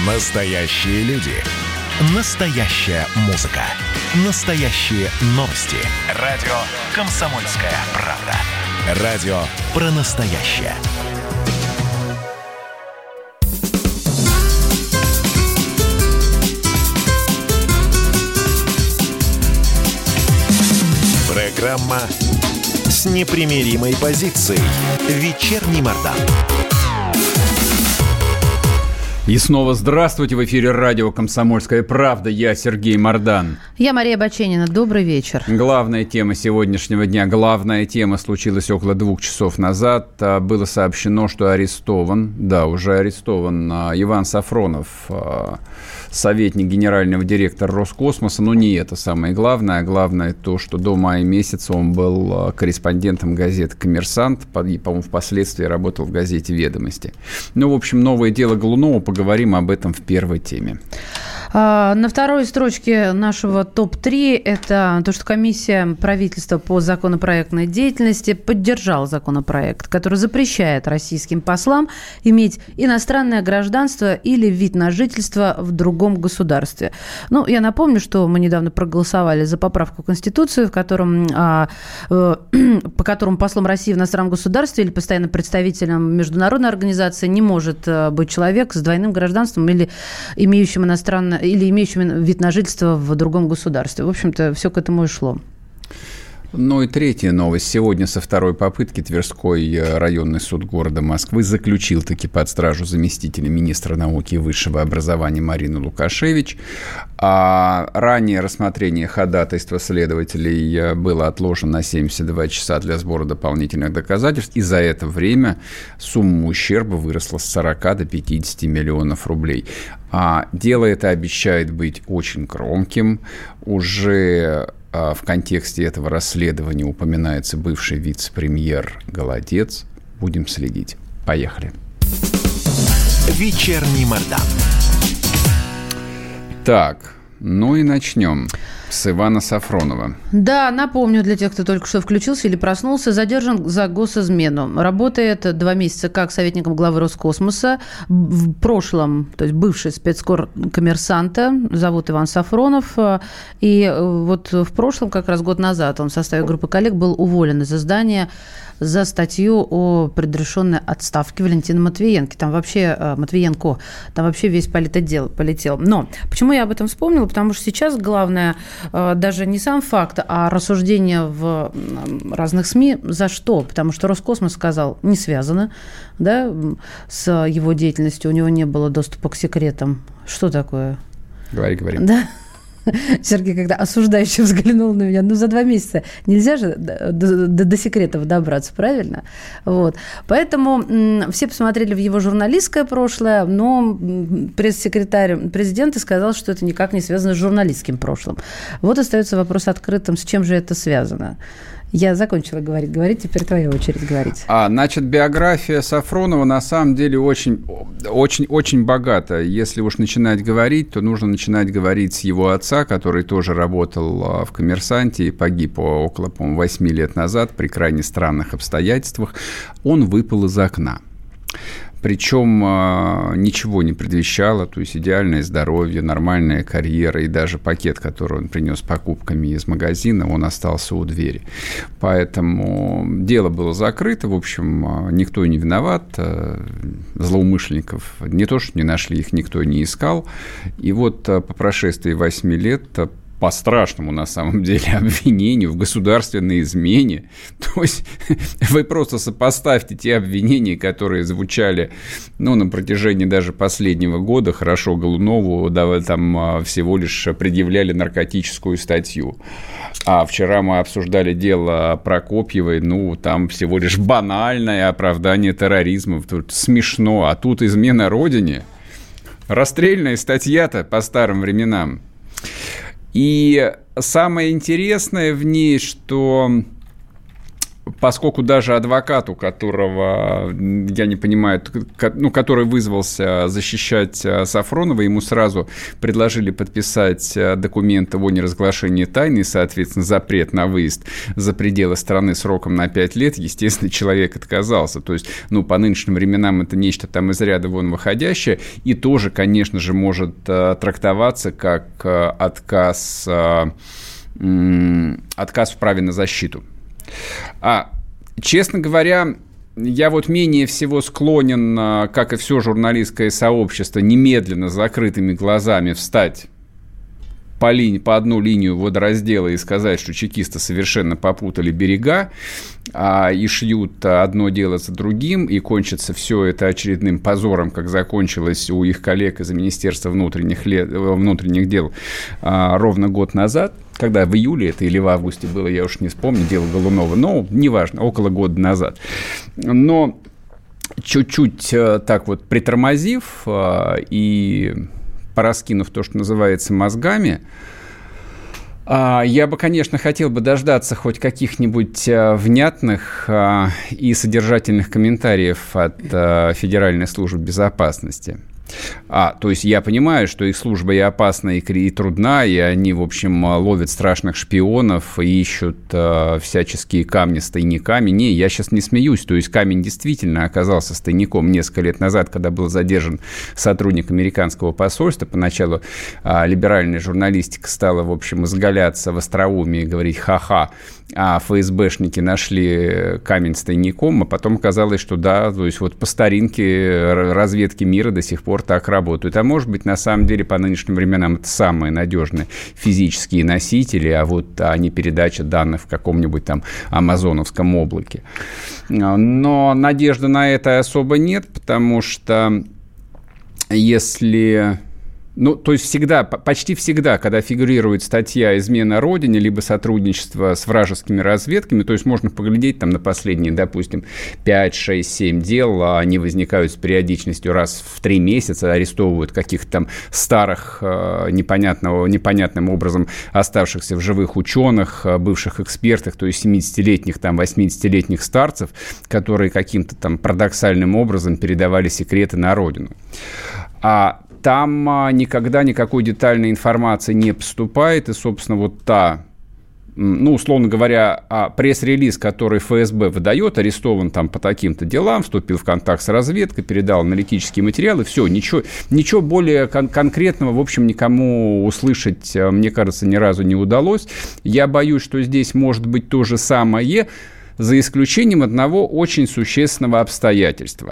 Настоящие люди. Настоящая музыка. Настоящие новости. Радио «Комсомольская правда». Радио про настоящее. Программа с непримиримой позицией. Вечерний Мардан. И снова здравствуйте. В эфире радио «Комсомольская правда». Я Сергей Мардан. Я Мария Баченина. Добрый вечер. Главная тема сегодняшнего дня. Главная тема случилась около 2 часов назад. Было сообщено, что уже арестован Иван Сафронов, советник генерального директора Роскосмоса. Но не это самое главное. Главное то, что до мая месяца он был корреспондентом газеты «Коммерсант». По-моему, впоследствии работал в газете «Ведомости». Ну, в общем, новое дело Голунова. Поговорим об этом в первой теме. На второй строчке нашего топ-3 это то, что комиссия правительства по законопроектной деятельности поддержала законопроект, который запрещает российским послам иметь иностранное гражданство или вид на жительство в другом государстве. Ну, я напомню, что мы недавно проголосовали за поправку в Конституцию, по которому послом России в иностранном государстве или постоянным представителем международной организации не может быть человек с двойным гражданством или имеющим вид на жительство в другом государстве. В общем-то, все к этому и шло. Ну и третья новость. Сегодня со второй попытки Тверской районный суд города Москвы заключил таки под стражу заместителя министра науки и высшего образования Марину Лукашевич. А ранее рассмотрение ходатайства следователей было отложено на 72 часа для сбора дополнительных доказательств. И за это время сумма ущерба выросла с 40 до 50 миллионов рублей. Дело это обещает быть очень громким. Уже в контексте этого расследования упоминается бывший вице-премьер Голодец. Будем следить. Поехали. Вечерний Мардан. Так, ну и начнем с Ивана Сафронова. Да, напомню для тех, кто только что включился или проснулся, задержан за госизмену. Работает 2 месяца как советником главы Роскосмоса. В прошлом, то есть бывший спецкор «Коммерсанта», зовут Иван Сафронов. И вот в прошлом, как раз год назад, он в составе группы коллег был уволен из издания за статью о предрешенной отставке Валентина Матвиенко. Там вообще весь политотдел полетел. Но почему я об этом вспомнила? Потому что сейчас главное даже не сам факт, а рассуждение в разных СМИ. За что? Потому что Роскосмос сказал, не связано, да, с его деятельностью. У него не было доступа к секретам. Что такое? Говори. Да. Сергей, когда осуждающе взглянул на меня, за 2 месяца нельзя же до секретов добраться, правильно? Вот. Поэтому все посмотрели в его журналистское прошлое, но пресс-секретарь президента сказал, что это никак не связано с журналистским прошлым. Вот остается вопрос открытым, с чем же это связано. Я закончила говорить, теперь твоя очередь говорить. Значит, биография Сафронова на самом деле очень богата. Если уж начинать говорить, то нужно начинать говорить с его отца, который тоже работал в «Коммерсанте» и погиб около, по-моему, 8 лет назад при крайне странных обстоятельствах. Он выпал из окна. Причем ничего не предвещало, то есть идеальное здоровье, нормальная карьера и даже пакет, который он принес покупками из магазина, он остался у двери. Поэтому дело было закрыто, в общем, никто не виноват, злоумышленников не то что не нашли, их никто не искал. И вот по прошествии 8 лет по страшному, на самом деле, обвинению в государственной измене. То есть вы просто сопоставьте те обвинения, которые звучали на протяжении даже последнего года. Хорошо, Голунову там всего лишь предъявляли наркотическую статью. А вчера мы обсуждали дело Прокопьевой, там всего лишь банальное оправдание терроризма. Тут смешно, а тут измена родине. Расстрельная статья-то по старым временам. И самое интересное в ней, что поскольку даже адвокату, которого, я не понимаю, который вызвался защищать Сафронова, ему сразу предложили подписать документы о неразглашении тайны, соответственно, запрет на выезд за пределы страны сроком на 5 лет, естественно, человек отказался. То есть, по нынешним временам это нечто там из ряда вон выходящее, и тоже, конечно же, может трактоваться как отказ в праве на защиту. Честно говоря, я менее всего склонен, как и все журналистское сообщество, немедленно с закрытыми глазами встать по одну линию водораздела и сказать, что чекисты совершенно попутали берега и шьют одно дело за другим, и кончится все это очередным позором, как закончилось у их коллег из Министерства внутренних дел ровно год назад, когда в июле это или в августе было, я уж не вспомню, дело Голунова, но неважно, около года назад. Но чуть-чуть так притормозив и пораскинув то, что называется, мозгами, я бы, конечно, хотел бы дождаться хоть каких-нибудь внятных и содержательных комментариев от Федеральной службы безопасности. То есть я понимаю, что их служба и опасна, и трудна, и они, в общем, ловят страшных шпионов и ищут всяческие камни с тайниками. Не, я сейчас не смеюсь. То есть камень действительно оказался с тайником несколько лет назад, когда был задержан сотрудник американского посольства. Поначалу либеральная журналистика стала, в общем, изгаляться в остроумии и говорить «ха-ха», а ФСБшники нашли камень с тайником, а потом оказалось, что да, то есть по старинке разведки мира до сих пор так работают. А может быть, на самом деле, по нынешним временам это самые надежные физические носители, а не передача данных в каком-нибудь там амазоновском облаке. Но надежды на это особо нет, потому что если... то есть почти всегда, когда фигурирует статья «Измена Родине», либо сотрудничество с вражескими разведками, то есть можно поглядеть там на последние, допустим, 5, 6, 7 дел, они возникают с периодичностью раз в 3 месяца, арестовывают каких-то там старых, непонятным образом оставшихся в живых ученых, бывших экспертов, то есть 70-летних, там, 80-летних старцев, которые каким-то там парадоксальным образом передавали секреты на родину. Там никогда никакой детальной информации не поступает, и, собственно, условно говоря, пресс-релиз, который ФСБ выдает, арестован там по таким-то делам, вступил в контакт с разведкой, передал аналитические материалы, все, ничего более конкретного, в общем, никому услышать, мне кажется, ни разу не удалось. Я боюсь, что здесь может быть то же самое, за исключением одного очень существенного обстоятельства.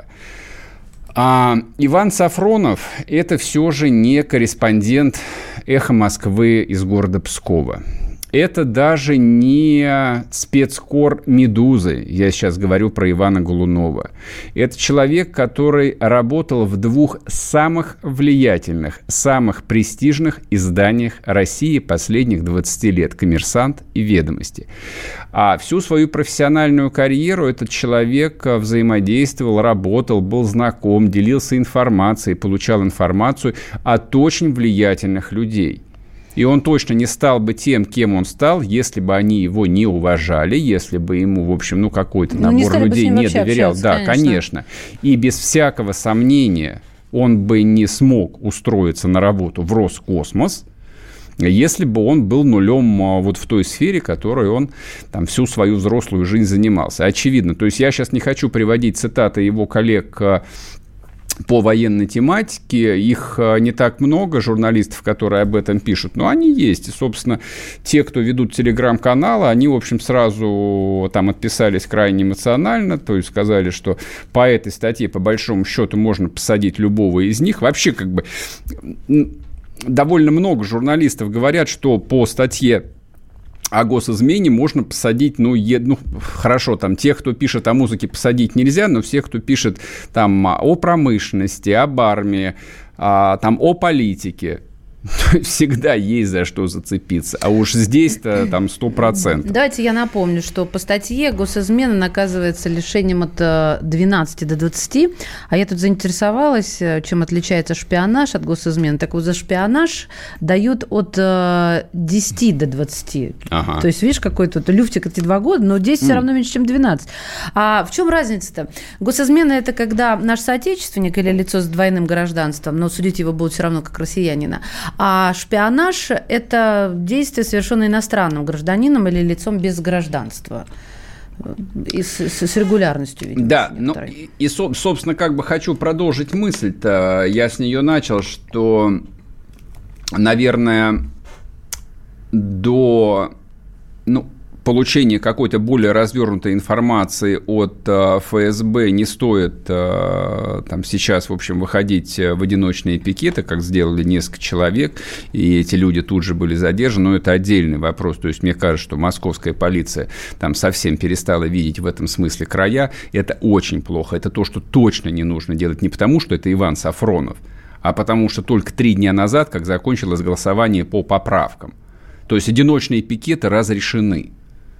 Иван Сафронов – это все же не корреспондент «Эхо Москвы» из города Пскова. Это даже не спецкор «Медузы», я сейчас говорю про Ивана Голунова. Это человек, который работал в 2 самых влиятельных, самых престижных изданиях России последних 20 лет – «Коммерсант» и «Ведомости». А всю свою профессиональную карьеру этот человек взаимодействовал, работал, был знаком, делился информацией, получал информацию от очень влиятельных людей. И он точно не стал бы тем, кем он стал, если бы они его не уважали, если бы ему, в общем, какой-то набор людей не доверял. Да, конечно. И без всякого сомнения он бы не смог устроиться на работу в Роскосмос, если бы он был нулем в той сфере, которой он там всю свою взрослую жизнь занимался. Очевидно. То есть я сейчас не хочу приводить цитаты его коллег по военной тематике. Их не так много, журналистов, которые об этом пишут, но они есть. И, собственно, те, кто ведут телеграм-каналы, они, в общем, сразу там отписались крайне эмоционально, то есть сказали, что по этой статье, по большому счету, можно посадить любого из них. Вообще, довольно много журналистов говорят, что по статье о госизмене можно посадить, хорошо, там, тех, кто пишет о музыке, посадить нельзя, но всех, кто пишет там о промышленности, об армии, там, о политике, всегда есть за что зацепиться. А уж здесь-то там 100%. Давайте я напомню, что по статье госизмена наказывается лишением от 12 до 20. А я тут заинтересовалась, чем отличается шпионаж от госизмены. Так вот, за шпионаж дают от 10 до 20. Ага. То есть, видишь, какой тут люфтик эти 2 года, но 10 все равно меньше, чем 12. А в чем разница-то? Госизмена – это когда наш соотечественник или лицо с двойным гражданством, но судить его будут все равно как россиянина. А шпионаж – это действие, совершенное иностранным гражданином или лицом без гражданства. И с регулярностью, видимо. Да, ну и, собственно, как бы хочу продолжить мысль-то. Я с нее начал, что, наверное, до получения какой-то более развернутой информации от ФСБ не стоит там сейчас, в общем, выходить в одиночные пикеты, как сделали несколько человек, и эти люди тут же были задержаны, но это отдельный вопрос. То есть мне кажется, что московская полиция там совсем перестала видеть в этом смысле края. Это очень плохо. Это то, что точно не нужно делать. Не потому, что это Иван Сафронов, а потому что только 3 дня назад, как закончилось голосование по поправкам. То есть одиночные пикеты разрешены.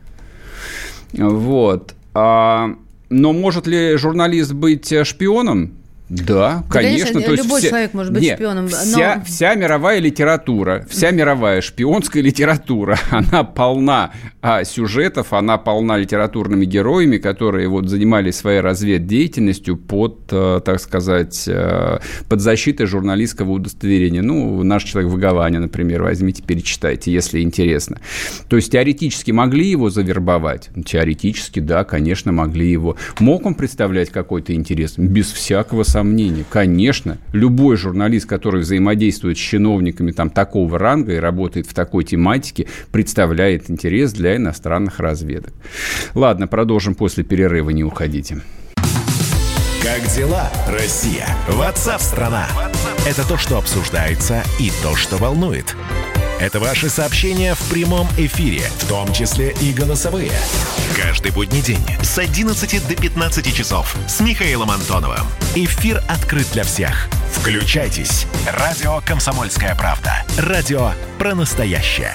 Вот. Но может ли журналист быть шпионом? Да, конечно. То есть любой человек может быть шпионом. Вся мировая литература, вся мировая шпионская литература, она полна сюжетов, она полна литературными героями, которые вот занимались своей разведдеятельностью под, так сказать, под защитой журналистского удостоверения. Ну, «Наш человек в Гаване», например, возьмите, перечитайте, если интересно. То есть теоретически могли его завербовать? Теоретически, да, конечно, могли его. Мог он представлять какой-то интерес? Без всякого сомнения. Конечно, любой журналист, который взаимодействует с чиновниками там такого ранга и работает в такой тематике, представляет интерес для иностранных разведок. Ладно, продолжим после перерыва, не уходите. Как дела, Россия? WhatsApp-страна. Это то, что обсуждается, и то, что волнует. Это ваши сообщения в прямом эфире, в том числе и голосовые. Каждый будний день с 11 до 15 часов с Михаилом Антоновым. Эфир открыт для всех. Включайтесь. Радио «Комсомольская правда». Радио про настоящее.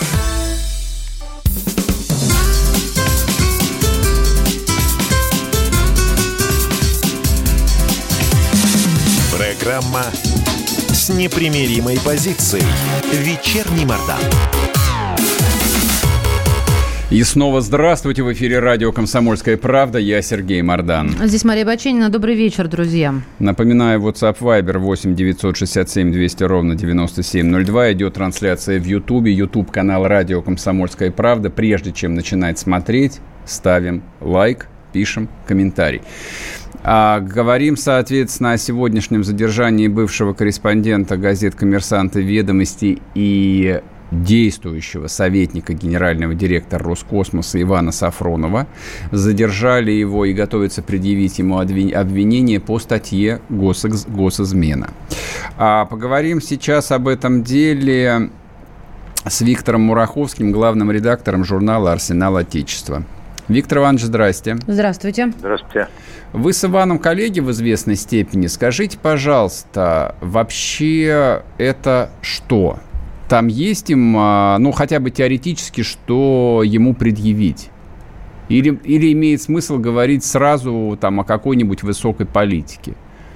Программа с непримиримой позицией. Вечерний Мордан. И снова здравствуйте. В эфире радио «Комсомольская правда». Я Сергей Мордан. Здесь Мария Баченина. Добрый вечер, друзья. Напоминаю, WhatsApp Viber 8 967 200 ровно 9702. Идет трансляция в Ютубе. Ютуб-канал радио «Комсомольская правда». Прежде чем начинать смотреть, ставим лайк, пишем комментарий. Говорим, соответственно, о сегодняшнем задержании бывшего корреспондента газет «Коммерсант» и «Ведомости» и действующего советника генерального директора Роскосмоса Ивана Сафронова. Задержали его и готовятся предъявить ему обвинение по статье «Госизмена». Поговорим сейчас об этом деле с Виктором Мураховским, главным редактором журнала «Арсенал Отечества». Виктор Иванович, здрасте. Здравствуйте. Здравствуйте. Вы с Иваном коллеги в известной степени. Скажите, пожалуйста, вообще это что? Там есть им, хотя бы теоретически, что ему предъявить? Или имеет смысл говорить сразу там о какой-нибудь высокой политике?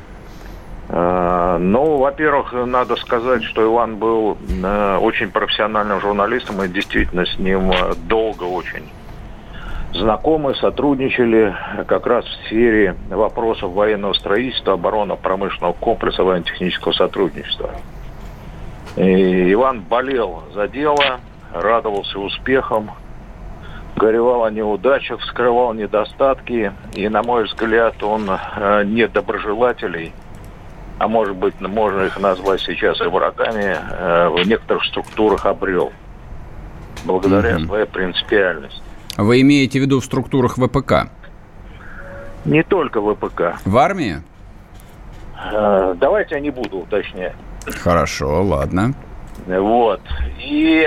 Во-первых, надо сказать, что Иван был очень профессиональным журналистом, и действительно с ним долго очень знакомы, сотрудничали как раз в сфере вопросов военного строительства, оборонно-промышленного комплекса, военно-технического сотрудничества. И Иван болел за дело, радовался успехам, горевал о неудачах, скрывал недостатки. И, на мой взгляд, он недоброжелателей, а может быть, можно их назвать сейчас и врагами, в некоторых структурах обрел, благодаря своей принципиальности. Вы имеете в виду в структурах ВПК? Не только ВПК. В армии? Давайте я не буду уточнять. Хорошо, ладно. Вот. И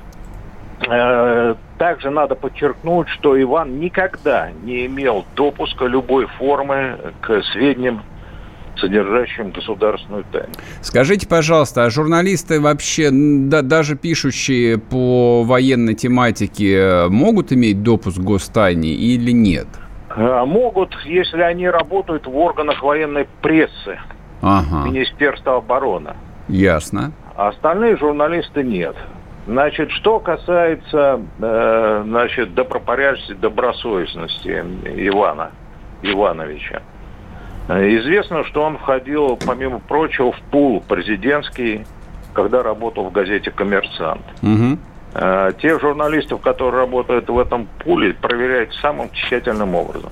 также надо подчеркнуть, что Иван никогда не имел допуска любой формы к сведениям содержащим государственную тайну. Скажите, пожалуйста, а журналисты вообще, даже пишущие по военной тематике, могут иметь допуск к гостайне или нет? Могут, если они работают в органах военной прессы, Министерства обороны. Ясно. А остальные журналисты нет. Значит, что касается добропорядочности, добросовестности Ивана Ивановича. Известно, что он входил, помимо прочего, в пул президентский, когда работал в газете «Коммерсант». Угу. Тех журналистов, которые работают в этом пуле, проверяют самым тщательным образом.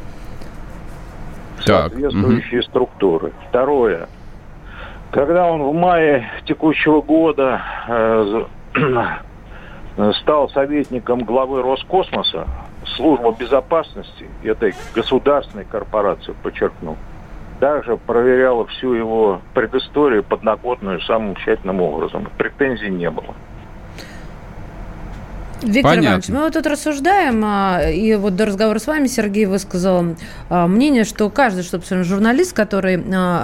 Соответствующие структуры. Второе. Когда он в мае текущего года стал советником главы Роскосмоса, служба безопасности этой государственной корпорации, подчеркну, также проверяла всю его предысторию подноготную самым тщательным образом. Претензий не было. Виктор Иванович, мы вот тут рассуждаем, и вот до разговора с вами Сергей высказал мнение, что каждый, собственно, журналист, который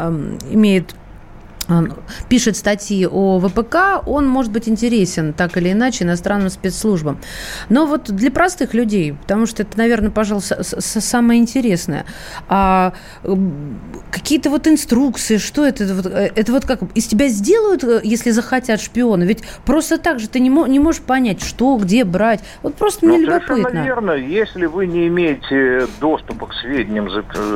пишет статьи о ВПК, он может быть интересен так или иначе иностранным спецслужбам. Но вот для простых людей, потому что это, наверное, пожалуй, самое интересное, какие-то вот инструкции, что это? Это вот как из тебя сделают, если захотят шпиона? Ведь просто так же ты не можешь понять, что, где брать. Вот просто мне любопытно. Совершенно верно. Если вы не имеете доступа к сведениям,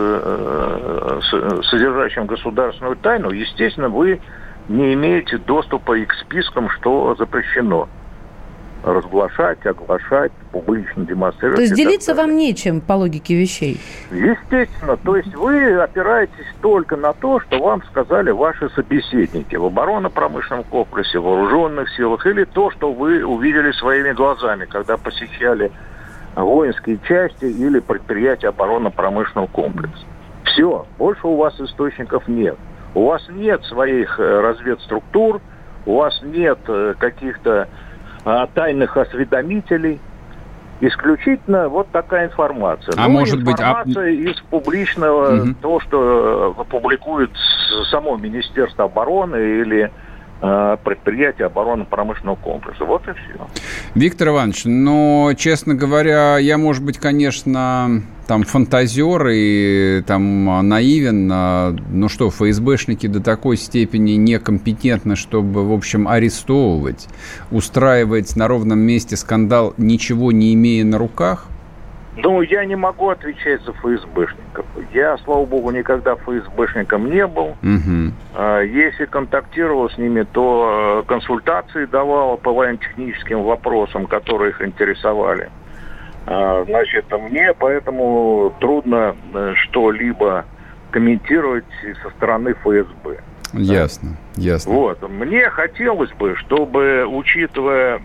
содержащим государственную тайну, естественно, вы не имеете доступа и к спискам, что запрещено разглашать, оглашать, публично демонстрировать. То есть делиться вам нечем по логике вещей? Естественно. То есть вы опираетесь только на то, что вам сказали ваши собеседники в оборонно-промышленном комплексе, в вооруженных силах, или то, что вы увидели своими глазами, когда посещали воинские части или предприятия оборонно-промышленного комплекса. Все. Больше у вас источников нет. У вас нет своих разведструктур, у вас нет каких-то тайных осведомителей. Исключительно вот такая информация. Может быть... Информация из публичного, то, что публикует само Министерство обороны или предприятие оборонно-промышленного комплекса. Вот и все. Виктор Иванович, но, честно говоря, я, может быть, конечно, там фантазер и там наивен, но что, ФСБшники до такой степени некомпетентны, чтобы, в общем, арестовывать, устраивать на ровном месте скандал, ничего не имея на руках? Ну, я не могу отвечать за ФСБшников. Я, слава богу, никогда ФСБшником не был. Если контактировал с ними, то консультации давал по военно-техническим вопросам, которые их интересовали. Значит, мне поэтому трудно что-либо комментировать со стороны ФСБ. Ясно, ясно. Вот. Мне хотелось бы, чтобы, учитывая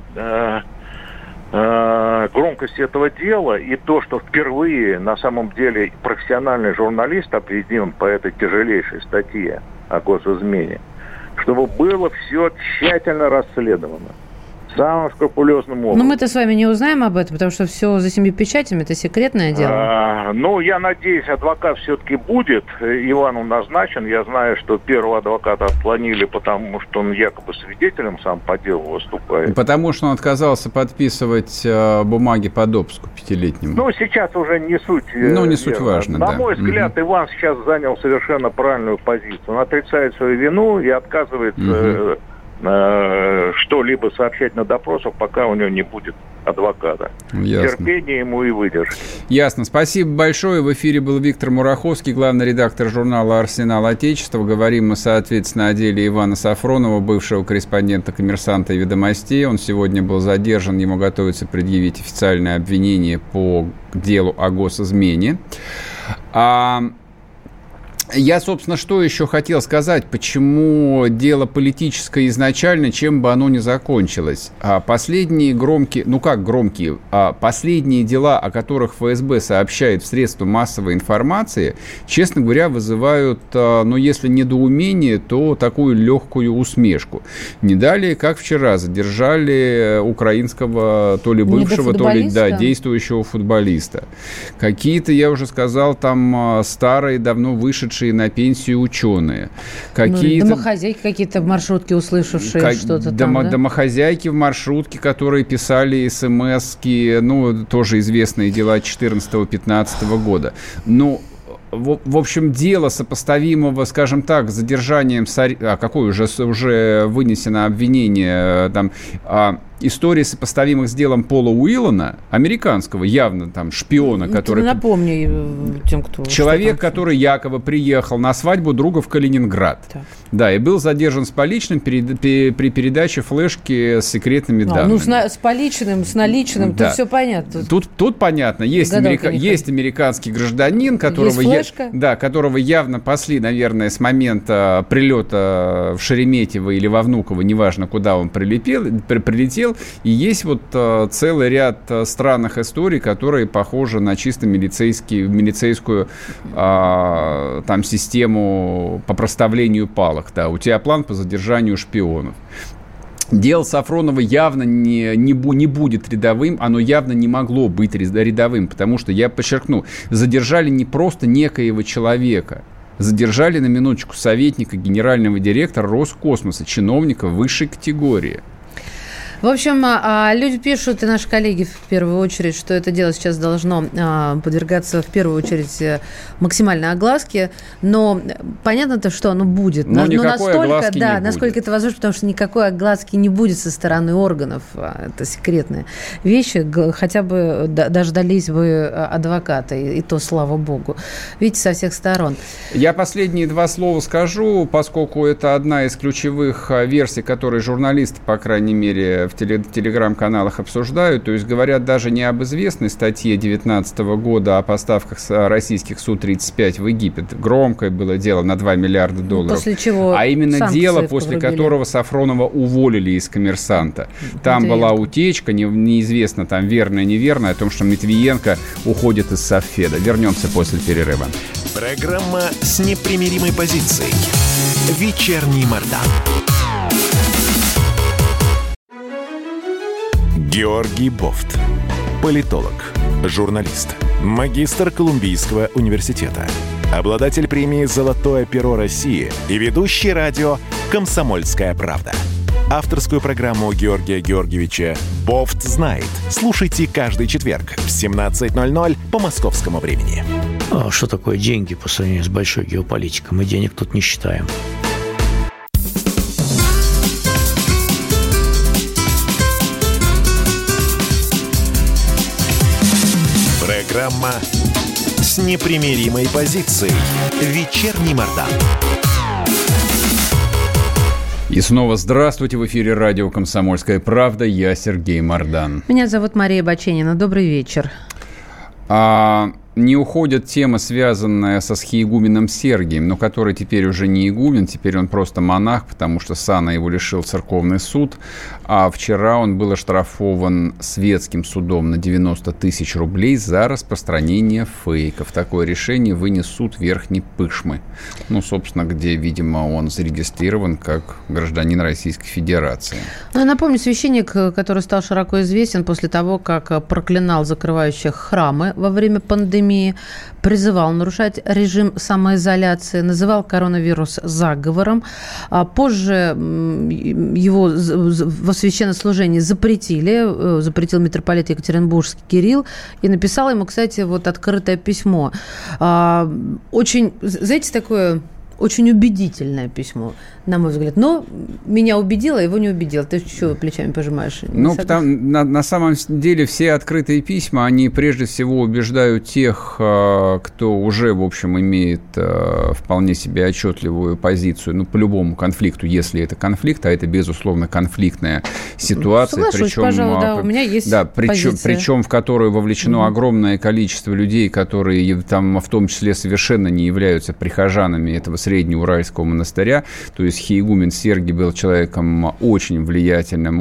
громкость этого дела и то, что впервые на самом деле профессиональный журналист обвинен по этой тяжелейшей статье о госизмене, чтобы было все тщательно расследовано. Самым скрупулезным образом. Но мы-то с вами не узнаем об этом, потому что все за 7 печатями, это секретное дело. Ну, я надеюсь, адвокат все-таки будет. Ивану назначен. Я знаю, что первого адвоката отклонили, потому что он якобы свидетелем сам по делу выступает. Потому что он отказался подписывать бумаги по допуску 5-летнему. Ну, сейчас уже не суть. Ну, не суть важно, На мой взгляд, Иван сейчас занял совершенно правильную позицию. Он отрицает свою вину и отказывается... что-либо сообщать на допросах, пока у него не будет адвоката. Ясно. Терпение ему и выдержки. Ясно. Спасибо большое. В эфире был Виктор Мураховский, главный редактор журнала «Арсенал Отечества». Говорим мы, соответственно, о деле Ивана Сафронова, бывшего корреспондента «Коммерсанта» и «Ведомостей». Он сегодня был задержан. Ему готовится предъявить официальное обвинение по делу о госизмене. Я, собственно, что еще хотел сказать, почему дело политическое изначально, чем бы оно ни закончилось. Последние последние дела, о которых ФСБ сообщает в средства массовой информации, честно говоря, вызывают, если недоумение, то такую легкую усмешку. Не далее, как вчера, задержали украинского то ли бывшего, то ли действующего футболиста. Какие-то, я уже сказал, там старые, давно вышедшие ушедшие на пенсию ученые, какие-то... Домохозяйки какие-то в маршрутке услышавшие что-то там, да? Домохозяйки в маршрутке, которые писали смс-ки, тоже известные дела 2014-2015 года. В общем, дело сопоставимого, скажем так, с задержанием... какое уже вынесено обвинение там... Истории, сопоставимых с делом Пола Уиллана, американского, явно там шпиона, который... Напомню тем, кто... Человек, который якобы приехал на свадьбу друга в Калининград. Так. Да, и был задержан с поличным при передаче флешки с секретными данными. С поличным, с наличным, да. Тут все понятно. Тут понятно. Есть американский гражданин, которого явно пасли, наверное, с момента прилета в Шереметьево или во Внуково, неважно, куда он прилетел. И есть целый ряд странных историй, которые похожи на чисто милицейскую там систему по проставлению палок. Да. У тебя план по задержанию шпионов. Дело Сафронова явно не будет рядовым, оно явно не могло быть рядовым, потому что, я подчеркну, задержали не просто некоего человека, задержали, на минуточку, советника генерального директора Роскосмоса, чиновника высшей категории. В общем, люди пишут, и наши коллеги в первую очередь, что это дело сейчас должно подвергаться в первую очередь максимальной огласке, но понятно-то, что оно будет. Но никакой огласки не будет. Насколько это возможно, потому что никакой огласки не будет со стороны органов. Это секретные вещи, хотя бы дождались бы адвокаты, и то, слава богу. Видите, со всех сторон. Я последние два слова скажу, поскольку это одна из ключевых версий, которые журналисты, по крайней мере, в телеграм-каналах обсуждают, то есть говорят даже не об известной статье 2019 года о поставках российских Су-35 в Египет. Громкое было дело на $2 миллиарда. После чего а именно дело, после которого Сафронова уволили из «Коммерсанта». Там была утечка, неизвестно, там верно, неверно, о том, что Матвиенко уходит из Совфеда. Вернемся после перерыва. Программа с непримиримой позицией. Вечерний Мордан. Георгий Бофт. Политолог, журналист, магистр Колумбийского университета, обладатель премии «Золотое перо России» и ведущий радио «Комсомольская правда». Авторскую программу Георгия Георгиевича «Бофт знает». Слушайте каждый четверг в 17:00 по московскому времени. Что такое деньги по сравнению с большой геополитикой? Мы денег тут не считаем. Программа с непримиримой позицией. Вечерний Мордан. И снова здравствуйте. В эфире радио «Комсомольская правда». Я Сергей Мордан. Меня зовут Мария Баченина. Добрый вечер. Не уходит тема, связанная со схиегуменом Сергием, но который теперь уже не игумен, теперь он просто монах, потому что сана его лишил церковный суд. А вчера он был оштрафован светским судом на 90 тысяч рублей за распространение фейков. Такое решение вынес суд Верхней Пышмы. Собственно, где, видимо, он зарегистрирован как гражданин Российской Федерации. Напомню, священник, который стал широко известен после того, как проклинал закрывающих храмы во время пандемии, призывал нарушать режим самоизоляции, называл коронавирус заговором. Позже его во священнослужении запретил митрополит Екатеринбургский Кирилл и написал ему, кстати, открытое письмо. Очень, знаете, такое... Очень убедительное письмо, на мой взгляд. Но меня убедило, его не убедило. Ты что плечами пожимаешь? На самом деле все открытые письма, они прежде всего убеждают тех, кто уже, в общем, имеет вполне себе отчетливую позицию, по любому конфликту, если это конфликт, а это, безусловно, конфликтная ситуация. Соглашусь, пожалуй, да, у меня есть позиция. Причем в которую вовлечено огромное количество людей, которые там в том числе совершенно не являются прихожанами этого Среднеуральского монастыря. То есть схиегумен Сергий был человеком очень влиятельным,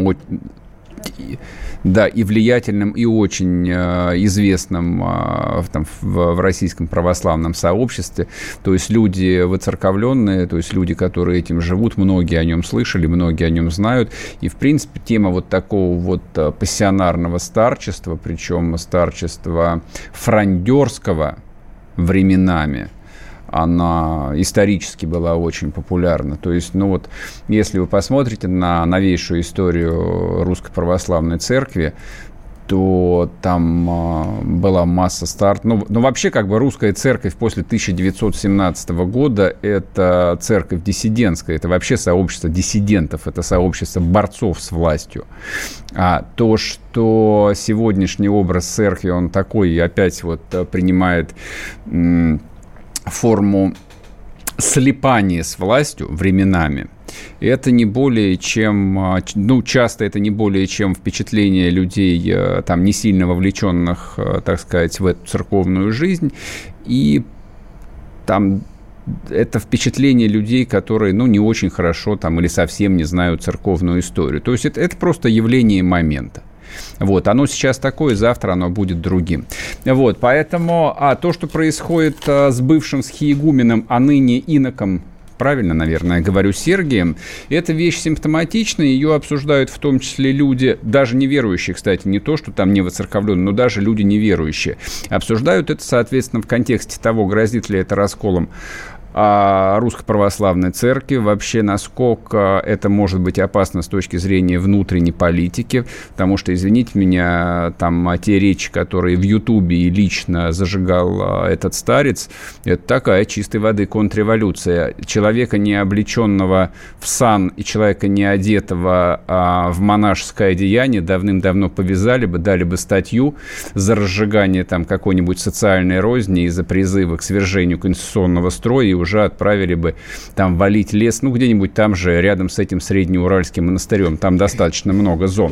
и влиятельным, и очень известным в российском православном сообществе. То есть люди воцерковленные, то есть люди, которые этим живут, многие о нем слышали, многие о нем знают. И, в принципе, тема такого пассионарного старчества, причем старчества фрондерского временами, она исторически была очень популярна. То есть, ну вот, если вы посмотрите на новейшую историю Русской Православной Церкви, то там была масса стартов. Ну, вообще, как бы, русская церковь после 1917 года – это церковь диссидентская, это вообще сообщество диссидентов, это сообщество борцов с властью. А то, что сегодняшний образ церкви, он такой, опять вот принимает форму слипания с властью временами, это не более чем, ну, часто это не более чем впечатление людей, там, не сильно вовлеченных, так сказать, в эту церковную жизнь, и там это впечатление людей, которые, ну, не очень хорошо там или совсем не знают церковную историю. То есть это просто явление момента. Вот, оно сейчас такое, завтра оно будет другим. Вот, поэтому, то, что происходит с бывшим схиегуменом, а ныне иноком, правильно, наверное, говорю, Сергием, это вещь симптоматичная, ее обсуждают в том числе люди, даже неверующие, кстати, не то, что там не воцерковленные, но даже люди неверующие. Обсуждают это, соответственно, в контексте того, грозит ли это расколом Русской Православной Церкви, вообще насколько это может быть опасно с точки зрения внутренней политики, потому что, извините меня, там те речи, которые в Ютубе и лично зажигал этот старец, это такая чистой воды контрреволюция. Человека, не облеченного в сан, и человека, не одетого в монашеское одеяние, давным-давно повязали бы, дали бы статью за разжигание там какой-нибудь социальной розни и за призывы к свержению конституционного строя, и уже отправили бы там валить лес, ну, где-нибудь там же, рядом с этим Среднеуральским монастырем. Там достаточно много зон.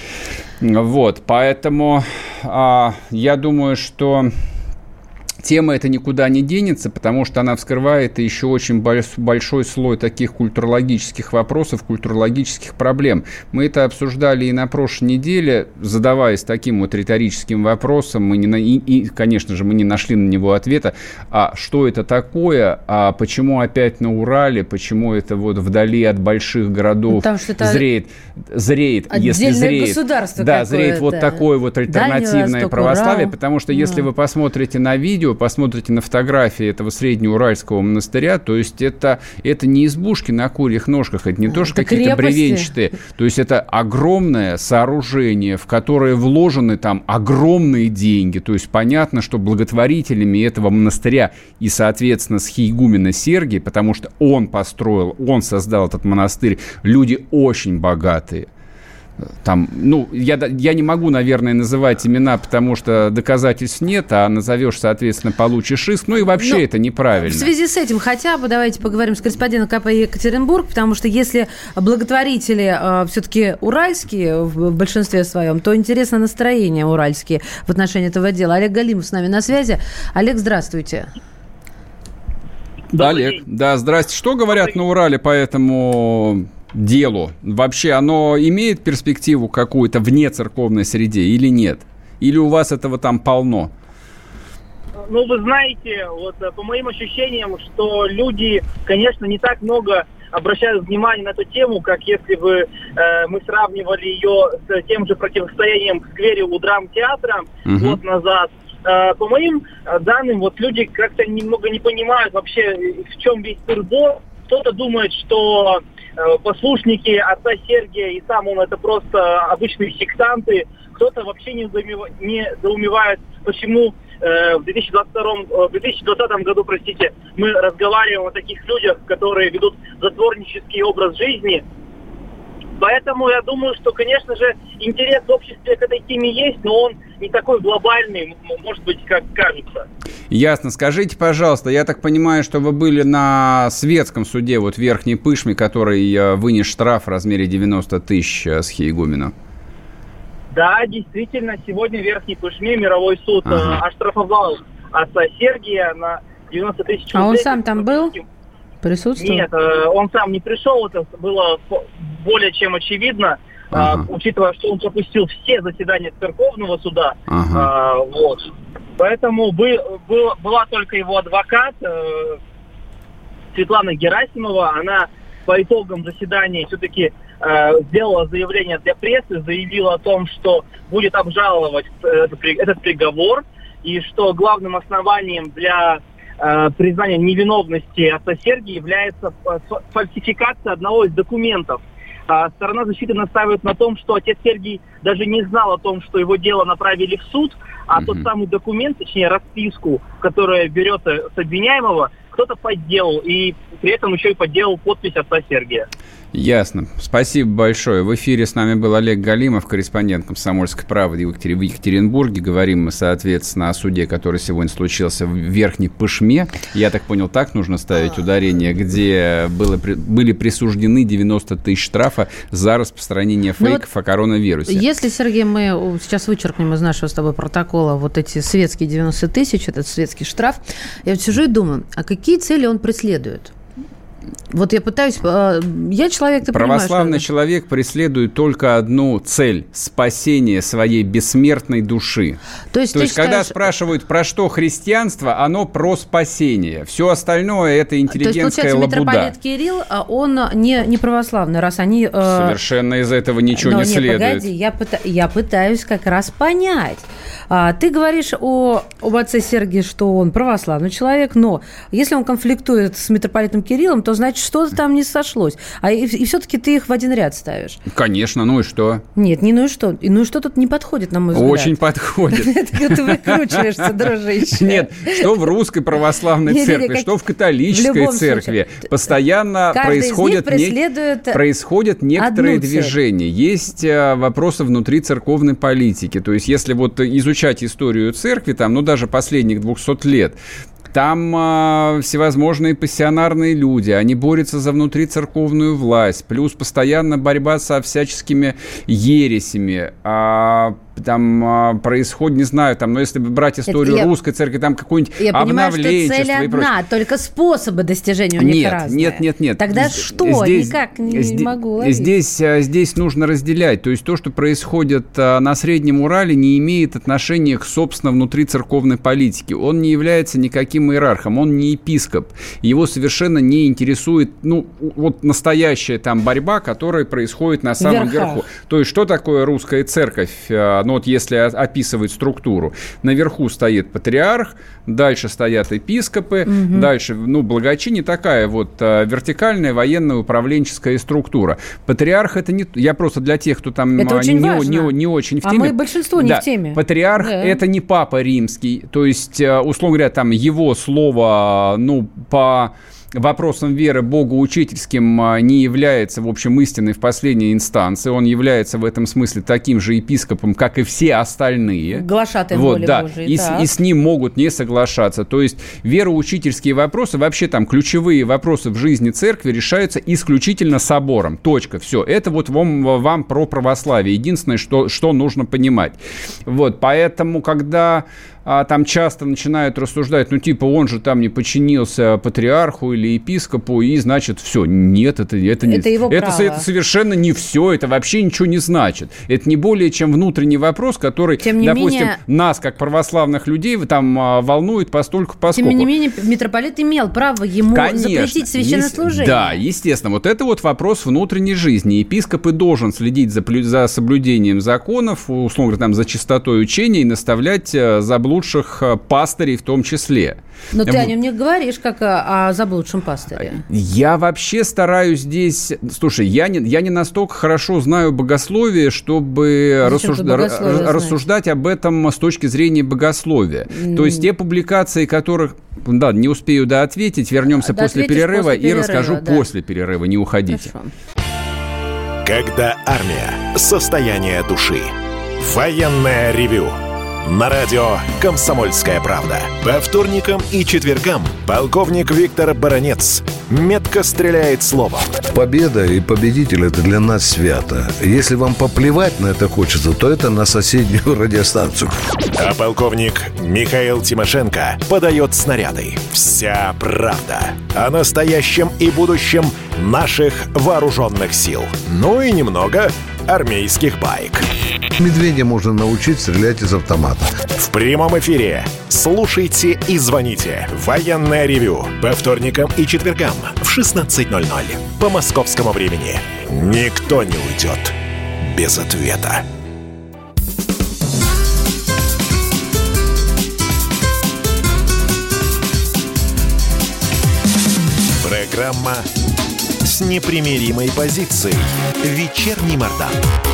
Вот, поэтому я думаю, что тема эта никуда не денется, потому что она вскрывает еще очень большой слой таких культурологических вопросов, культурологических проблем. Мы это обсуждали и на прошлой неделе, задаваясь таким вот риторическим вопросом, конечно же, мы не нашли на него ответа, а что это такое, а почему опять на Урале, почему это вот вдали от больших городов зреет, если зреет, государство, да, зреет вот такое вот альтернативное православие, потому что если вы посмотрите на видео, посмотрите на фотографии этого Среднеуральского монастыря, то есть это не избушки на курьих ножках, это не то, что какие-то бревенчатые, то есть это огромное сооружение, в которое вложены там огромные деньги, то есть понятно, что благотворителями этого монастыря и, соответственно, схиегумена Сергия, потому что он построил, он создал этот монастырь, люди очень богатые. Там, ну, я не могу, наверное, называть имена, потому что доказательств нет, а назовешь, соответственно, получишь иск. Ну и вообще это неправильно. В связи с этим хотя бы давайте поговорим с корреспондентом КП Екатеринбург, потому что если благотворители все-таки уральские в большинстве своем, то интересно настроение уральские в отношении этого дела. Олег Галимов с нами на связи. Олег, здравствуйте. Да, Олег, да, здрасте. Что говорят на Урале по этому делу? Вообще оно имеет перспективу какую-то вне церковной среде или нет? Или у вас этого там полно? Ну, вы знаете, вот по моим ощущениям, что люди, конечно, не так много обращают внимание на эту тему, как если бы мы сравнивали ее с тем же противостоянием в сквере у драмтеатра год назад. По моим данным, вот люди как-то немного не понимают вообще, в чем весь пердор. Кто-то думает, что послушники отца Сергия и сам он это просто обычные сектанты. Кто-то вообще не недоумевает, почему в 2020 году, мы разговариваем о таких людях, которые ведут затворнический образ жизни. Поэтому я думаю, что, конечно же, интерес в обществе к этой теме есть, но он не такой глобальный, может быть, как кажется. Ясно. Скажите, пожалуйста, я так понимаю, что вы были на светском суде, вот в Верхней Пышме, который вынес штраф в размере 90 тысяч схиегумену? Да, действительно, сегодня в Верхней Пышме мировой суд оштрафовал отца Сергия на 90 тысяч рублей. А он сам там был? Присутствовал? Нет, он сам не пришел, это было более чем очевидно, учитывая, что он пропустил все заседания церковного суда. Вот. Поэтому была только его адвокат Светлана Герасимова, она по итогам заседания все-таки сделала заявление для прессы, заявила о том, что будет обжаловать этот приговор, и что главным основанием для признания невиновности отца Сергия является фальсификация одного из документов. Сторона защиты настаивает на том, что отец Сергий даже не знал о том, что его дело направили в суд, а тот самый документ, точнее расписку, которая берется с обвиняемого, кто-то подделал, и при этом еще и подделал подпись отца Сергия. Ясно. Спасибо большое. В эфире с нами был Олег Галимов, корреспондент «Комсомольской правды» в Екатеринбурге. Говорим мы, соответственно, о суде, который сегодня случился в Верхней Пышме. Я так понял, так нужно ставить ударение, где были присуждены 90 тысяч штрафа за распространение фейков о коронавирусе. Если, Сергей, мы сейчас вычеркнем из нашего с тобой протокола вот эти светские 90 тысяч, этот светский штраф, я вот сижу и думаю, а какие цели он преследует? Вот я пытаюсь... Я человек, ты Православный понимаешь, человек преследует только одну цель – спасение своей бессмертной души. То есть когда спрашивают, про что христианство, оно про спасение. Все остальное – это интеллигентская лабуда. То есть, получается, митрополит Кирилл, он не православный, раз они... Совершенно из этого ничего не следует. Погоди, я пытаюсь как раз понять. Ты говоришь об отце Сергии, что он православный человек, но если он конфликтует с митрополитом Кириллом, то значит, что-то там не сошлось. И все-таки ты их в один ряд ставишь. Конечно, ну и что? Нет, не ну и что. Ну и что тут не подходит, на мой взгляд? Очень подходит. Ты выкручиваешься, дружище. Нет, что в русской православной церкви, что в католической церкви. Постоянно происходят некоторые движения. Есть вопросы внутри церковной политики. То есть, если вот изучать историю церкви, там, ну, даже последних 200 лет, там всевозможные пассионарные люди, они борются за внутрицерковную власть, плюс постоянно борьба со всяческими ересями. Там происходит, не знаю, там, но если брать историю русской церкви, там какое-нибудь обновленчество. Я понимаю, что цель одна, только способы достижения у них разные. Нет. Тогда что? Никак не могу ловить. Здесь нужно разделять. То есть то, что происходит на Среднем Урале, не имеет отношения к, собственно, внутрицерковной политике. Он не является никаким иерархом, он не епископ. Его совершенно не интересует, вот настоящая там борьба, которая происходит на самом верху. То есть что такое русская церковь? Ну вот если описывать структуру, наверху стоит патриарх, дальше стоят епископы, дальше, благочиние, такая вот вертикальная военно-управленческая структура. Патриарх это не... Я просто для тех, кто там не очень в теме. Мы большинство не в теме. Патриарх это не папа римский, то есть, условно говоря, там его слово, по вопросам веры богоучительским не является, в общем, истиной в последней инстанции. Он является в этом смысле таким же епископом, как и все остальные. Глашатай воли Божией. И с ним могут не соглашаться. То есть вероучительские вопросы, вообще там ключевые вопросы в жизни церкви решаются исключительно собором. Точка. Все. Это вот вам про православие. Единственное, что нужно понимать. Вот. Поэтому, когда там часто начинают рассуждать, он же там не подчинился патриарху или епископу, и значит, все. Нет, это его право. Это совершенно не все, это вообще ничего не значит. Это не более чем внутренний вопрос, который, допустим, нас, как православных людей, там волнует постольку-поскольку. Тем не менее, митрополит имел право ему запретить священнослужение. Да, естественно. Вот это вот вопрос внутренней жизни. Епископ и должен следить за соблюдением законов, условно говоря, там, за чистотой учения и наставлять заблудших пастырей в том числе. Но ты о нем не говоришь, как о заблудшем пастыре. Я вообще стараюсь здесь... Слушай, я не настолько хорошо знаю богословие, чтобы рассуждать об этом с точки зрения богословия. То есть те публикации, которых... Да, не успею ответить, вернемся после перерыва и расскажу после перерыва. Не уходите. Хорошо. Когда армия. Состояние души. Военное ревю. На радио «Комсомольская правда». По вторникам и четвергам полковник Виктор Баранец метко стреляет словом. Победа и победитель – это для нас свято. Если вам поплевать на это хочется, то это на соседнюю радиостанцию. А полковник Михаил Тимошенко подает снаряды. Вся правда о настоящем и будущем наших вооруженных сил. Ну и немного армейских баек. Медведя можно научить стрелять из автомата. В прямом эфире. Слушайте и звоните. Военное ревю. По вторникам и четвергам в 16:00. По московскому времени. Никто не уйдет без ответа. Программа с непримиримой позицией. Вечерний Мардан.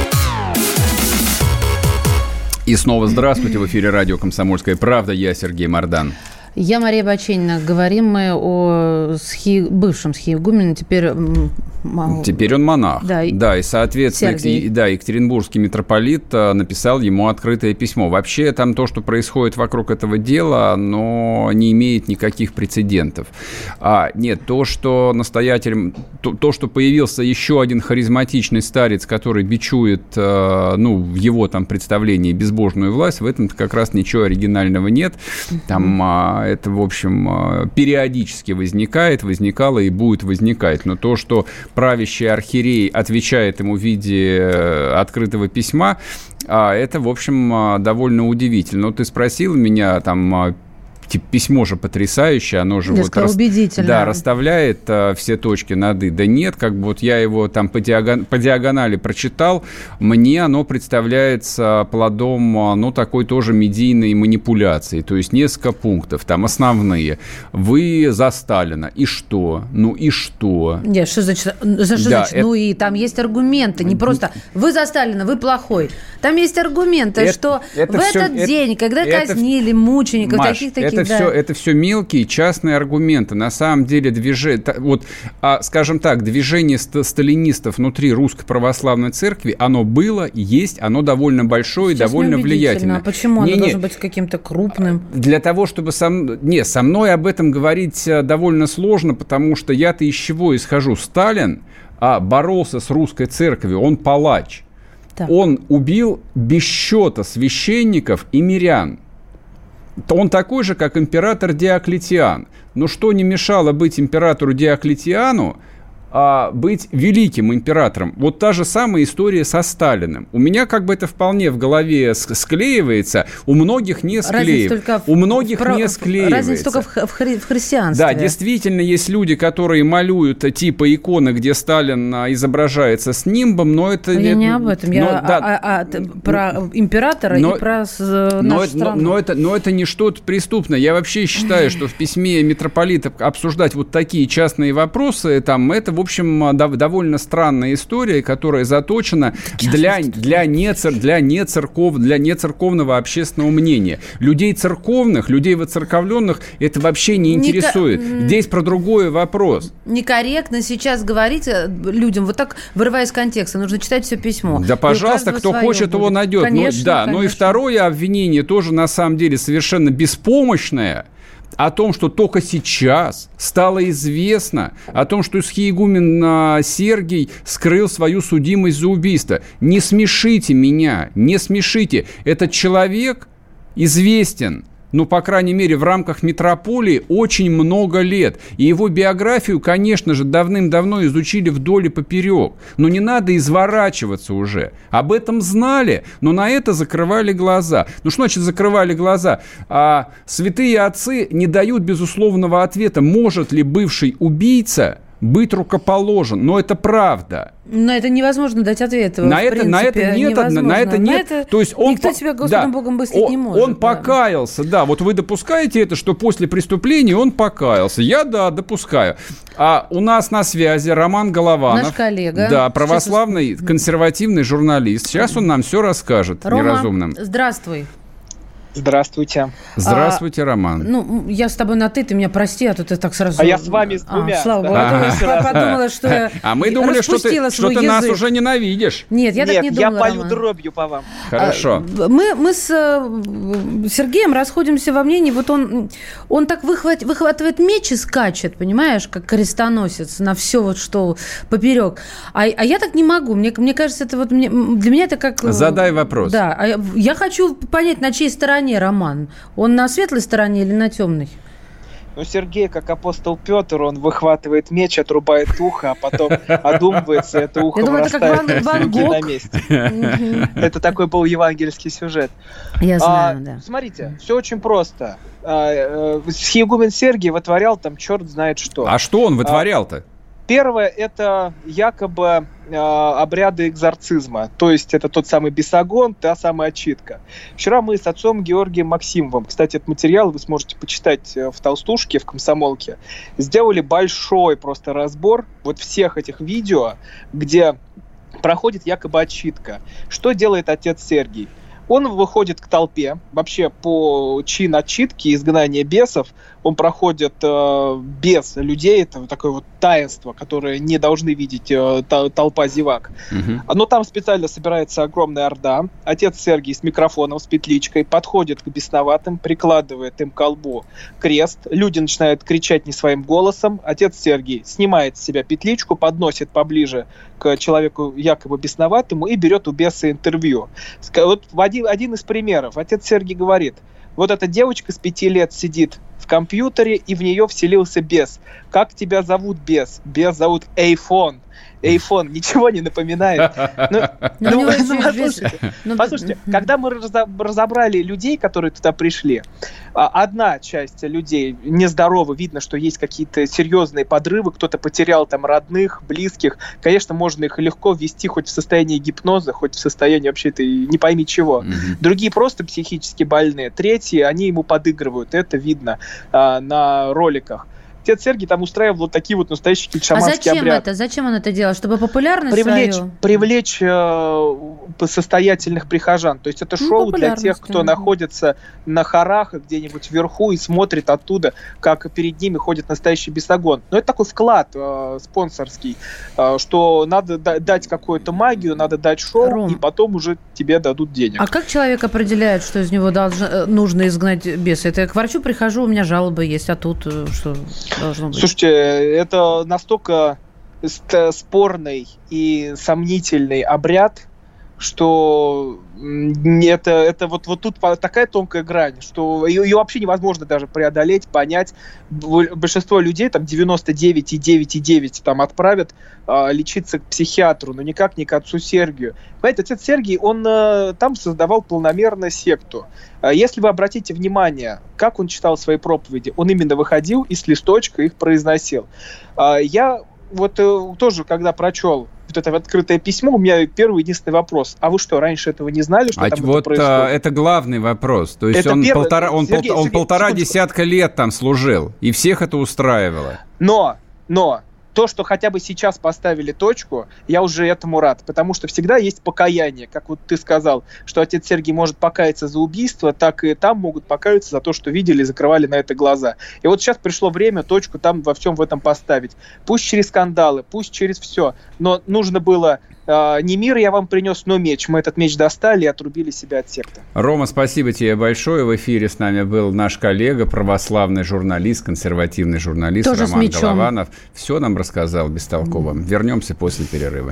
И снова здравствуйте. В эфире радио «Комсомольская правда». Я Сергей Мардан. Я Мария Баченина. Говорим мы о бывшем схиегумене, теперь он монах. Да, и, соответственно, екатеринбургский митрополит написал ему открытое письмо. Вообще, там то, что происходит вокруг этого дела, оно не имеет никаких прецедентов. Нет, то, что настоятелем, то, что появился еще один харизматичный старец, который бичует, в его там представлении безбожную власть, в этом как раз ничего оригинального нет. Там это, в общем, периодически возникало и будет возникать. Но то, что правящий архиерей отвечает ему в виде открытого письма, это, в общем, довольно удивительно. Но ты спросил меня, там, письмо же потрясающее, оно же убедительно. Расставляет все точки над «и». Да нет, я его там по диагонали прочитал, мне оно представляется плодом, такой тоже медийной манипуляции. То есть несколько пунктов, там основные. Вы за Сталина. И что? И что? Нет, что значит? И там есть аргументы. Не просто «вы за Сталина, вы плохой». Там есть аргументы, что в этот день, когда казнили мучеников, таких Это все мелкие частные аргументы. На самом деле движение сталинистов внутри Русской Православной Церкви, оно было, есть, оно довольно большое и довольно влиятельное. А почему оно должно быть каким-то крупным? Для того, чтобы со мной об этом говорить довольно сложно, потому что я-то из чего исхожу? Сталин боролся с Русской Церковью, он палач. Так. Он убил без счета священников и мирян. Он такой же, как император Диоклетиан. Но что не мешало быть императору Диоклетиану, быть великим императором? Вот та же самая история со Сталиным. У меня это вполне в голове склеивается, у многих не склеивается. Разница только в христианстве. Да, действительно, есть люди, которые малюют типа иконы, где Сталин изображается с нимбом, но это... Я не об этом, про императора и про нашу страну. Но это не что-то преступное. Я вообще считаю, что в письме митрополита обсуждать вот такие частные вопросы, это в общем, довольно странная история, которая заточена для нецерковного общественного мнения. Людей церковных, людей воцерковленных это вообще не интересует. Здесь про другой вопрос. Некорректно сейчас говорить людям, вот так, вырывая из контекста, нужно читать все письмо. Да, пожалуйста, кто хочет, его найдет. Конечно. Но и второе обвинение тоже, на самом деле, совершенно беспомощное. О том, что только сейчас стало известно о том, что схиегумен Сергий скрыл свою судимость за убийство. Не смешите меня, не смешите. Этот человек известен, по крайней мере, в рамках митрополии очень много лет. И его биографию, конечно же, давным-давно изучили вдоль и поперек. Но не надо изворачиваться уже. Об этом знали, но на это закрывали глаза. Что значит закрывали глаза? Святые отцы не дают безусловного ответа, может ли бывший убийца быть рукоположен. Но это правда. На это невозможно дать ответ. На это нет. То есть никто тебя Господом Богом мыслить не может. Он покаялся, да. Вот вы допускаете это, что после преступления он покаялся? Я, допускаю. А у нас на связи Роман Голованов. Наш коллега. Да, православный консервативный журналист. Сейчас он нам все расскажет неразумным. Здравствуй. Здравствуйте. Здравствуйте, Роман. Я с тобой на «ты», меня прости, а то ты так сразу... А я с вами с двумя. Слава Богу, я подумала, что я мы думали, что ты нас уже ненавидишь. Нет, я так не думала, я пою дробью по вам. Хорошо. Мы с Сергеем расходимся во мнении, вот он так выхватывает меч и скачет, понимаешь, как крестоносец на все вот что поперек. А я так не могу. Мне кажется, это вот для меня это как... Задай вопрос. Да, я хочу понять, на чьей стороне Роман. Он на светлой стороне или на темной? Сергей, как апостол Петр, он выхватывает меч, отрубает ухо, а потом одумывается, это ухо вырастает на месте. Это такой был евангельский сюжет. Я знаю, да. Смотрите, все очень просто. Схиегумен Сергий вытворял там черт знает что. А что он вытворял-то? Первое – это якобы обряды экзорцизма, то есть это тот самый бесогон, та самая отчитка. Вчера мы с отцом Георгием Максимовым, кстати, этот материал вы сможете почитать в «Толстушке», в «Комсомолке», сделали большой просто разбор вот всех этих видео, где проходит якобы отчитка. Что делает отец Сергий? Он выходит к толпе, вообще по чин отчитки, изгнания бесов, он проходит без людей, это такое вот таинство, которое не должны видеть толпа зевак. Но там специально собирается огромная орда. Отец Сергий с микрофоном, с петличкой подходит к бесноватым, прикладывает им к колбу крест. Люди начинают кричать не своим голосом. Отец Сергий снимает с себя петличку, подносит поближе к человеку якобы бесноватому и берет у беса интервью. Вот один из примеров. Отец Сергий говорит: вот эта девочка с 5 лет сидит в компьютере, и в нее вселился бес. Как тебя зовут, бес? Бес зовут Эйфон. Эйфон ничего не напоминает. Послушайте, когда мы разобрали людей, которые туда пришли, одна часть людей нездорова, видно, что есть какие-то серьезные подрывы, кто-то потерял там родных, близких. Конечно, можно их легко ввести хоть в состоянии гипноза, хоть в состоянии вообще-то не пойми чего. Другие просто психически больные. Третьи, они ему подыгрывают. Это видно на роликах. Отец Сергий там устраивал вот такие вот настоящие шаманские обряды. Зачем он это делал? Чтобы популярность привлечь состоятельных прихожан. То есть это шоу для тех, кто находится на хорах где-нибудь вверху и смотрит оттуда, как перед ними ходит настоящий бесогон. Но это такой вклад спонсорский, что надо дать какую-то магию, надо дать шоу, и потом уже тебе дадут денег. А как человек определяет, что из него нужно изгнать беса? Это я к врачу прихожу, у меня жалобы есть, а тут что должно быть? Слушайте, это настолько спорный и сомнительный обряд, что это вот тут такая тонкая грань, что ее вообще невозможно даже преодолеть, понять. Большинство людей, там 99,9,9 там отправят лечиться к психиатру, но никак не к отцу Сергию. Понимаете, отец Сергий, он там создавал полномерную секту. Если вы обратите внимание, как он читал свои проповеди, он именно выходил и с листочка их произносил. Я вот тоже, когда прочел вот это открытое письмо, у меня первый единственный вопрос. А вы что, раньше этого не знали, что там вот это происходит? Это главный вопрос. То есть он полтора десятка лет там служил, и всех это устраивало. Но то, что хотя бы сейчас поставили точку, я уже этому рад, потому что всегда есть покаяние, как вот ты сказал, что отец Сергий может покаяться за убийство, так и там могут покаяться за то, что видели и закрывали на это глаза. И вот сейчас пришло время точку там во всем в этом поставить. Пусть через скандалы, пусть через все, но нужно было не мир я вам принес, но меч. Мы этот меч достали и отрубили себя от секты. Рома, спасибо тебе большое. В эфире с нами был наш коллега, православный журналист, консервативный журналист тоже Роман Голованов. Все нам рассказал бестолково. Вернемся после перерыва.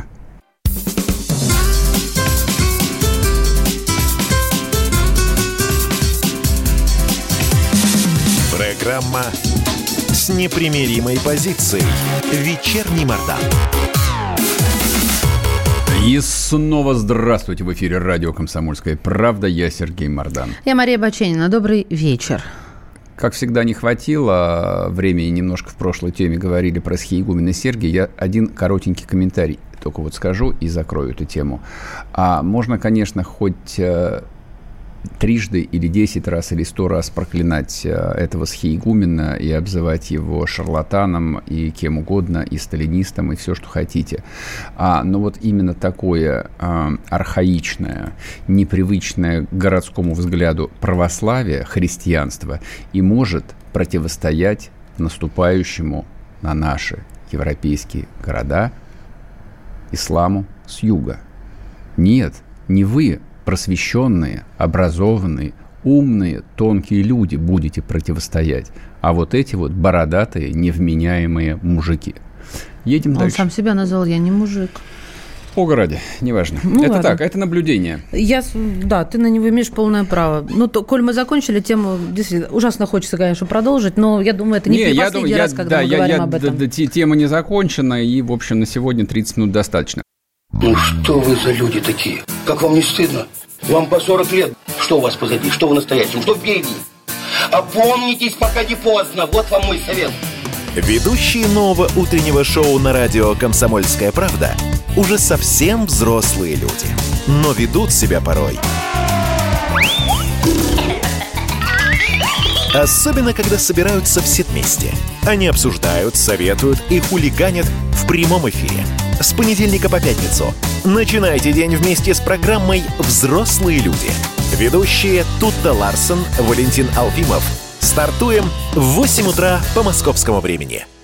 Программа с непримиримой позицией. Вечерний Мордан. И снова здравствуйте. В эфире радио «Комсомольская правда». Я Сергей Мордан. Я Мария Баченина. Добрый вечер. Как всегда, не хватило времени, немножко в прошлой теме говорили про схиегумена Сергия. Я один коротенький комментарий только вот скажу и закрою эту тему. Можно, конечно, хоть трижды или 10 раз или 100 раз проклинать этого схиегумена и обзывать его шарлатаном и кем угодно, и сталинистом, и все, что хотите. Но вот именно такое архаичное, непривычное к городскому взгляду православие, христианство и может противостоять наступающему на наши европейские города исламу с юга. Нет, не вы, просвещенные, образованные, умные, тонкие люди будете противостоять, а вот эти вот бородатые, невменяемые мужики. Едем дальше. Он сам себя назвал, я не мужик. Бога ради, неважно. Это ладно. Так, это наблюдение. Да, ты на него имеешь полное право. Коль мы закончили тему, действительно, ужасно хочется, конечно, продолжить, но я думаю, это не последний раз, когда мы говорим об этом. Тема не закончена, и, в общем, на сегодня 30 минут достаточно. Ну что вы за люди такие? Как вам не стыдно? Вам по 40 лет. Что у вас позади? Что вы настоящем? Что впереди? Опомнитесь, пока не поздно. Вот вам мой совет. Ведущие нового утреннего шоу на радио «Комсомольская правда» уже совсем взрослые люди, но ведут себя порой. Особенно, когда собираются все вместе. Они обсуждают, советуют и хулиганят в прямом эфире. С понедельника по пятницу. Начинайте день вместе с программой «Взрослые люди». Ведущие Тутта Ларсон, Валентин Алфимов. Стартуем в 8 утра по московскому времени.